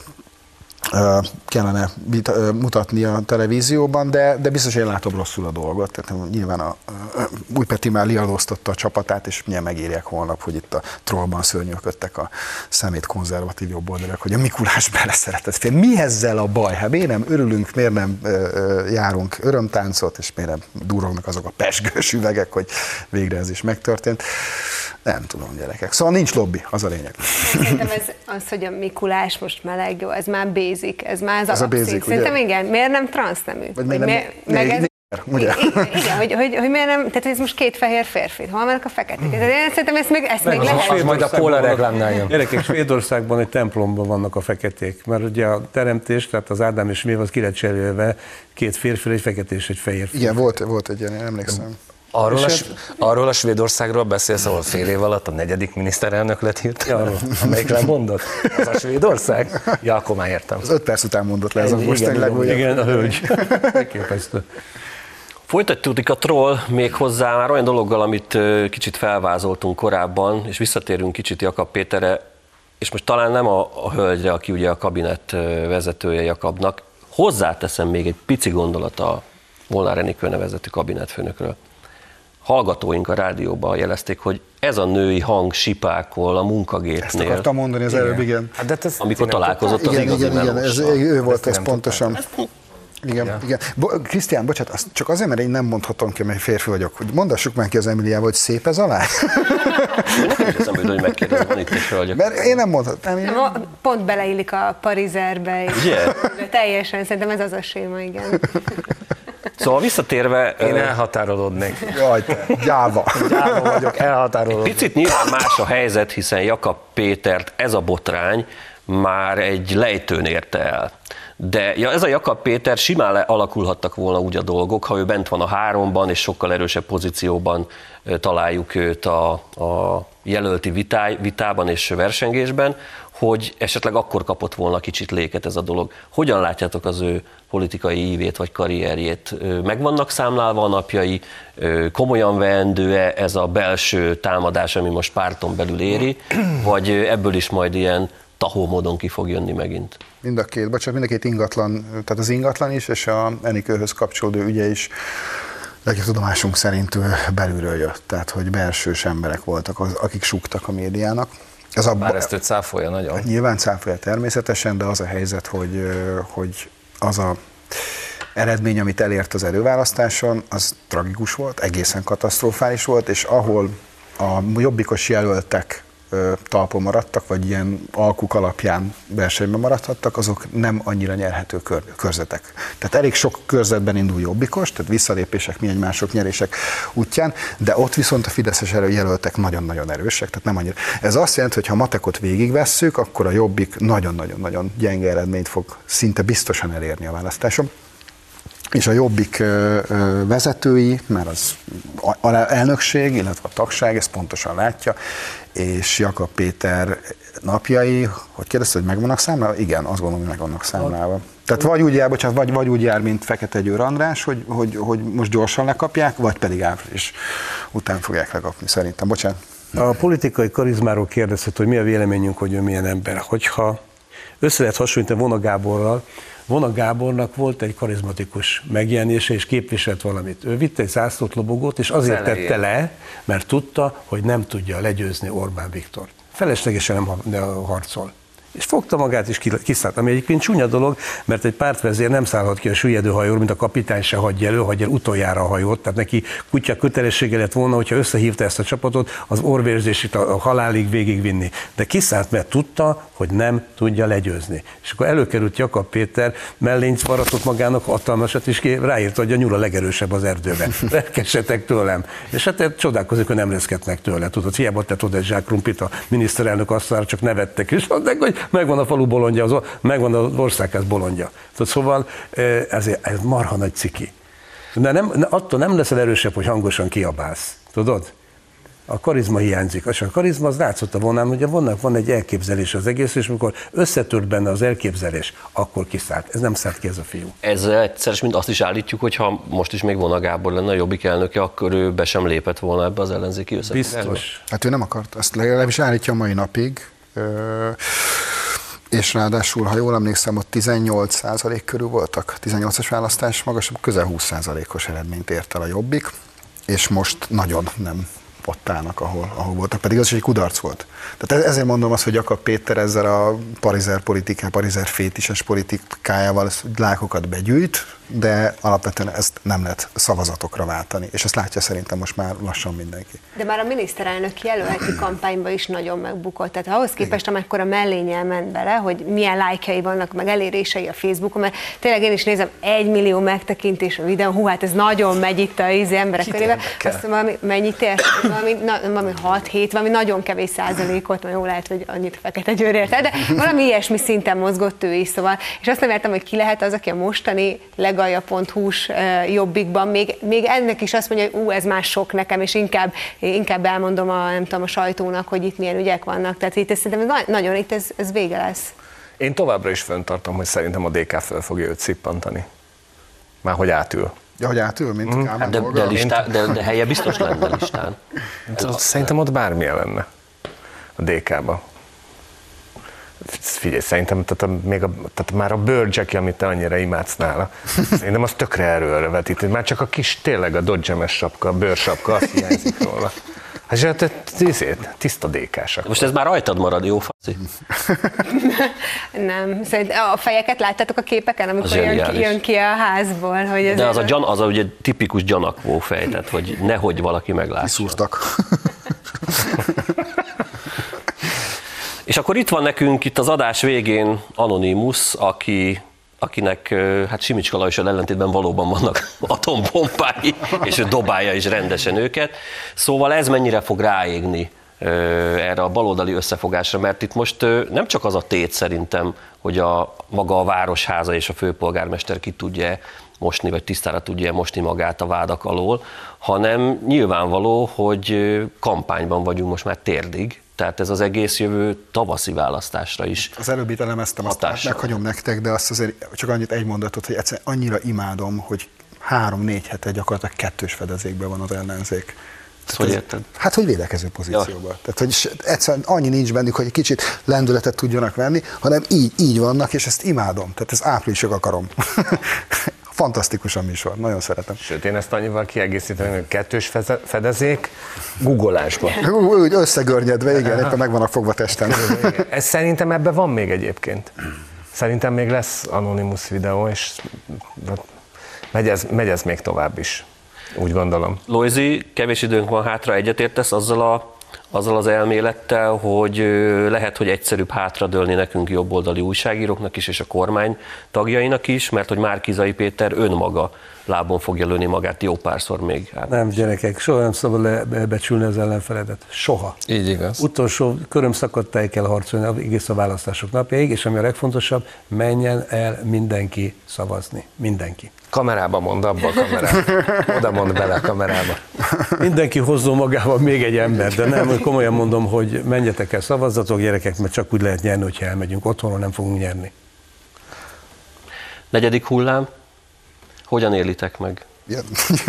kellene mutatni a televízióban, de, de biztos, hogy én látom rosszul a dolgot. Tehát nyilván a, a Új Peti már liadóztatta a csapatát, és milyen megírják holnap, hogy itt a trollban szörnyűködtek a szemét konzervatív jobboldalak, hogy a Mikulás beleszeretett fél. Mi ezzel a baj? Hát miért nem örülünk, miért nem járunk örömtáncot, és miért nem durognak azok a pezsgős üvegek, hogy végre ez is megtörtént. Nem tudom, gyerekek. Szóval nincs lobby, az a lényeg.
Szerintem ez az, hogy a Mikulás most meleg, jó, ez már basic, ez már az
ez
alapszín.
A basic,
Szerintem
ugye?
igen, miért nem transznemű?
Vagy miért nem,
miért, meg ez,
ugye?
Igen, hogy, hogy, hogy miért nem, tehát ez most két fehér férfi, hol vannak a feketék? Tehát én szerintem ezt még, ezt még lehet.
Majd a kóla reklámnál jön.
Gyerekek, Svédországban egy templomban vannak a feketék, mert ugye a teremtés, tehát az Ádám és Éva az ki lett cserélve két férfi, egy fekete és egy fehér férfi.
Igen, volt, volt egy ilyen, én emlékszem.
Arról a, arról a Svédországról beszélsz, ahol fél év alatt a negyedik miniszterelnök lett hirtelen? Amelyik lemondott? Az a Svédország? Ja, akkor már értem.
Az öt perc után mondott le ez a mostani legújabb.
Igen, a hölgy. Megképesztő.
Folytatjuk a troll még hozzá már olyan dologgal, amit kicsit felvázoltunk korábban, és visszatérünk kicsit Jakab Péterre, és most talán nem a, a hölgyre, aki ugye a kabinet vezetője Jakabnak. Hozzáteszem még egy pici gondolat a Molnár Enikő nevezetű kabinetfőnökről. Hallgatóink a rádióban jelezték, hogy ez a női hang sipákol a munkagépnél.
Ezt akartam mondani az előbb, igen.
Hát, de ez
amikor találkozott az
igen,
igazi
igen, igen, ez, ő volt ez pontosan.
Tudták.
Igen,
Ja.
igen. Bo- Krisztián, bocsánat, azt csak azért, mert én nem mondhatom ki, mert férfi vagyok, hogy mondassuk már ki az Emiliával, hogy szép ez alá?
Nem érzem, hogy megkérdezem, van itt egy hölgy.
Mert én nem mondhatom.
Nem, pont beleillik a parizerbe.
Ugye?
De teljesen, szerintem ez az a séma, igen.
Szóval visszatérve...
Én elhatárolódnék.
Jaj, te, gyáva.
Gyáva vagyok, elhatárolódnék.
Picit nyilván más a helyzet, hiszen Jakab Pétert ez a botrány már egy lejtőn érte el. De ja, ez a Jakab Péter simán alakulhattak volna úgy a dolgok, ha ő bent van a háromban, és sokkal erősebb pozícióban találjuk őt a, a jelölti vitály, vitában és versengésben, hogy esetleg akkor kapott volna kicsit léket ez a dolog. Hogyan látjátok az ő politikai ívét vagy karrierjét? Meg vannak számlálva a napjai? Komolyan veendő-e ez a belső támadás, ami most párton belül éri? Vagy ebből is majd ilyen tahó módon ki fog jönni megint?
Mind a két, bocsánat, mind a két ingatlan, tehát az ingatlan is, és a Enikőhöz kapcsolódó ügye is legjobb tudomásunk szerint belülről jött, tehát hogy belsős emberek voltak, az, akik súgtak a médiának. Ez a,
Bár ezt ő cáfolja nagyon.
Nyilván cáfolja természetesen, de az a helyzet, hogy, hogy az a eredmény, amit elért az előválasztáson, az tragikus volt, egészen katasztrofális volt, és ahol a jobbikos jelöltek talpon maradtak, vagy ilyen alkuk alapján versenyben maradhattak, azok nem annyira nyerhető kör, körzetek. Tehát elég sok körzetben indul jobbikos, tehát visszalépések, mi egymások nyerések útján, de ott viszont a fideszes jelöltek nagyon-nagyon erősek, tehát nem annyira. Ez azt jelenti, hogy ha matekot végigvesszük, akkor a Jobbik nagyon-nagyon-nagyon gyenge eredményt fog szinte biztosan elérni a választáson. És a Jobbik vezetői, mert az elnökség, illetve a tagság ezt pontosan látja, és Jakab Péter napjai, hogy kérdezte, hogy meg vannak számlálva? Igen, azt gondolom, hogy meg vannak számlálva. Tehát vagy úgy jár, bocsánat, vagy, vagy úgy jár, mint Fekete Győr András, hogy, hogy, hogy most gyorsan lekapják, vagy pedig április után fogják lekapni, szerintem. Bocsánat.
A politikai karizmáról kérdezhet, hogy mi a véleményünk, hogy ő milyen ember. Hogyha össze lehet hasonlítani Vona Gáborral, Vona Gábornak volt egy karizmatikus megjelenése, és képviselt valamit. Ő vitte egy zászlót, lobogót, és azért tette le, mert tudta, hogy nem tudja legyőzni Orbán Viktort. Feleslegesen nem harcol. És fogta magát és kiszállt, ami egyébként csúnya dolog, mert egy pártvezér nem szállhat ki a süllyedő hajóról, mint a kapitány se hagyja elő, hagyja el utoljára a hajót, tehát neki kutya kötelessége lett volna, hogyha összehívta ezt a csapatot, az orvérzését a halálig végigvinni. De kiszállt, mert tudta, hogy nem tudja legyőzni. És akkor előkerült Jakab Péter, mellényt varatott magának hatalmasat, és ráírta, hogy a nyúl a legerősebb az erdőben. Rekessetek tőlem. És hát csodálkozik, hogy nem reszketnek tőle. Tudod, hiába tett oda egy zsák krumplit a miniszterelnök asztalára, csak nevettek, és mondták, hogy megvan a falu bolondja, az, megvan az országház bolondja. Tudod, szóval ez, ez marha nagy ciki. De nem, attól nem leszel erősebb, hogy hangosan kiabálsz. Tudod? A karizma hiányzik. És a karizma az látszott a vonán, hogy a vonnak van egy elképzelés az egész, és amikor összetört benne az elképzelés, akkor kiszállt. Ez nem szállt ki ez a fiú.
Ezzel egyszeres, mint azt is állítjuk, hogy ha most is még Vona Gábor lenne a Jobbik elnöke, akkor ő be sem lépett volna ebbe az ellenzéki összefogásba.
Biztos.
Hát ő nem akart, ezt legalábbis állítja a mai napig. És ráadásul, ha jól emlékszem, ott tizennyolc százalék körül voltak, tizennyolcas választás, magasabb, közel húsz százalékos eredményt ért el a Jobbik, és most nagyon nem ott állnak, ahol, ahol voltak, pedig az is egy kudarc volt. Tehát ezért mondom azt, hogy Jakab Péter ezzel a parizer politikával, parizer fétises politikájával lákokat begyűjt, de alapvetően ezt nem lehet szavazatokra váltani, és ezt látja szerintem most már lassan mindenki.
De már a miniszterelnök jelölti kampányban is nagyon megbukott, tehát ahhoz képest, amikor a mellénnyel ment bele, hogy milyen lájkjai vannak, meg elérései a Facebookon, mert tényleg én is nézem, egy millió megtekintés a videón, hú, hát ez nagyon megy itt az ízi emberek körében, azt valami, mennyit ért, valami, na, valami hat-hét, valami nagyon kevés százalékot, mert jól lehet, hogy annyit Fekete Győr érte, de valami ilyesmi szinten mozgott ő is, szóval, és azt nem értem, hogy ki lehet az, aki a mostani legalja pont hús Jobbikban, még, még ennek is azt mondja, hogy ú, ez már sok nekem, és inkább, inkább elmondom a, nem tudom, a sajtónak, hogy itt milyen ügyek vannak. Tehát itt ez, szerintem nagyon itt ez, ez vége lesz.
Én továbbra is fenntartom, hogy szerintem a dé ká föl fogja őt szippantani. Már hogy átül.
Ja, hogy átül, mint mm. Kálmán
de, de, listá, de, de helye biztos lenne listán.
Szerintem ott bármilyen lenne a dé ká-ba. Figyelj, szerintem tehát még a, tehát már a bőrcseki, amit te annyira imádsz nála, szerintem az tökre erőre vetít. Már csak a kis, tényleg a dodgemes sapka, a bőrsapka, azt hiányzik róla. Hát tiszta dé ká-sak.
Most ez már rajtad marad, jó faci?
Nem, szerintem a fejeket láttátok a képeken, amikor jön ki, jön ki a házból? Hogy
de az a, gyan, az a ugye tipikus gyanakvó fej, tehát hogy nehogy valaki meglássa.
Kiszúrtak.
És akkor itt van nekünk itt az adás végén Anonymous, aki, akinek hát Simicska Lajossal ellentétben valóban vannak atombombái, és ő dobálja is rendesen őket. Szóval ez mennyire fog ráégni erre a baloldali összefogásra, mert itt most nem csak az a tét szerintem, hogy a maga a városháza és a főpolgármester ki tudja mosni, vagy tisztára tudja mosni magát a vádak alól, hanem nyilvánvaló, hogy kampányban vagyunk most már térdig, tehát ez az egész jövő tavaszi választásra is.
Az előbbit elemeztem, azt meghagyom nektek, de azt azért csak annyit egy mondatot, hogy egyszerűen annyira imádom, hogy három-négy hete gyakorlatilag kettős fedezékben van az ellenzék.
Hogy érted?
Hát, hogy védekező pozícióban. Ja. Tehát, hogy egyszerűen annyi nincs bennük, hogy egy kicsit lendületet tudjanak venni, hanem így, így vannak, és ezt imádom. Tehát ez áprilisig akarom. Fantasztikus a műsor, nagyon szeretem.
Sőt, én ezt annyival kiegészítem, hogy kettős fedezék googolásban.
Úgy összegörnyedve, igen, éppen meg vannak fogva testen.
Ez szerintem ebben van még egyébként. Szerintem még lesz Anonymous videó, és megy ez, megy ez még tovább is. Úgy gondolom.
Lojzi, kevés időnk van hátra, egyetértesz azzal, a, azzal az elmélettel, hogy lehet, hogy egyszerűbb hátradőlni nekünk jobboldali újságíróknak is, és a kormány tagjainak is, mert hogy Márki-Zay Péter önmaga lábon fogja lőni magát jó párszor még. Hát.
Nem, gyerekek, soha nem szabad lebecsülni az ellenfeledet. Soha.
Így igaz.
Utolsó köröm szakadtáig kell harcolni egész a választások napjáig, és ami a legfontosabb, menjen el mindenki szavazni. Mindenki.
Kamerába mond, abba a kamerába. Oda mond bele a kamerába.
Mindenki hozzon magával még egy ember, de nem, komolyan mondom, hogy menjetek el, szavazzatok, gyerekek, mert csak úgy lehet nyerni, hogyha elmegyünk. Otthonról nem fogunk nyerni.
Negyedik hullám. Hogyan élitek meg?
Ja.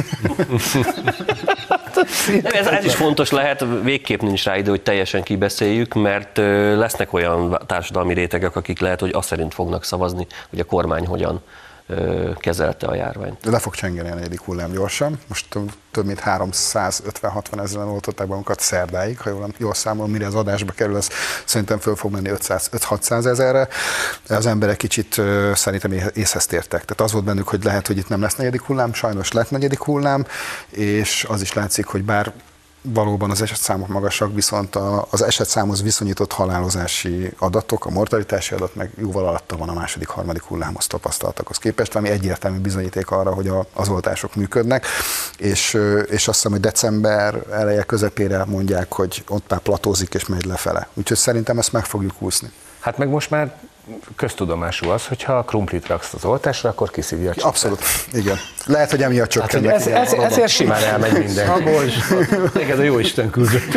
ez, ez is fontos lehet, végképp nincs rá idő, hogy teljesen kibeszéljük, mert lesznek olyan társadalmi rétegek, akik lehet, hogy azt szerint fognak szavazni, hogy a kormány hogyan kezelte a járványt.
Le fog csengeni a negyedik hullám gyorsan. Most több mint háromszázötven-hatvan ezeren oltották magunkat szerdáig, ha jól, jól számolom, mire az adásba kerül, az szerintem föl fog menni ötszáz-hatszáz ezerre. Az emberek kicsit szerintem észhez tértek. Tehát az volt bennük, hogy lehet, hogy itt nem lesz negyedik hullám, sajnos lett negyedik hullám, és az is látszik, hogy bár valóban az esetszámok magasak, viszont az esetszámhoz viszonyított halálozási adatok, a mortalitási adat meg jóval alatta van a második, harmadik hullámhoz tapasztaltakhoz képest, ami egyértelmű bizonyíték arra, hogy a, az oltások működnek, és, és azt hiszem, hogy december eleje közepére mondják, hogy ott már platózik és megy lefele. Úgyhogy szerintem ezt meg fogjuk úszni.
Hát meg most már köztudomású az, hogyha a krumplit raksz az oltásra, akkor kiszívja a csipet.
Abszolút, igen. Lehet, hogy emiatt csökkennek.
Hát, ez, ez, ezért simán elmegy mindenki.
Ez a jóisten küldött.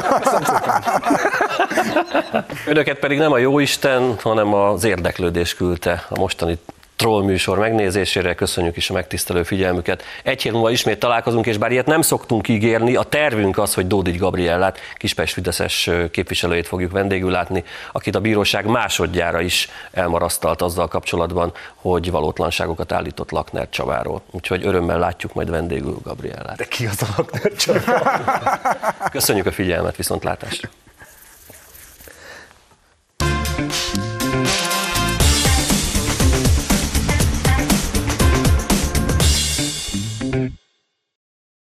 Önöket pedig nem a jóisten, hanem az érdeklődés küldte a mostani Troll műsor megnézésére. Köszönjük is a megtisztelő figyelmüket. Egy hét múlva ismét találkozunk, és bár ilyet nem szoktunk ígérni, a tervünk az, hogy Dódics Gabriellát, Kispest fideszes képviselőjét fogjuk vendégül látni, akit a bíróság másodjára is elmarasztalt azzal kapcsolatban, hogy valótlanságokat állított Lakner Csabáról. Úgyhogy örömmel látjuk majd vendégül Gabriellát.
De ki az a Lakner Csaba?
Köszönjük a figyelmet, viszontlátásra!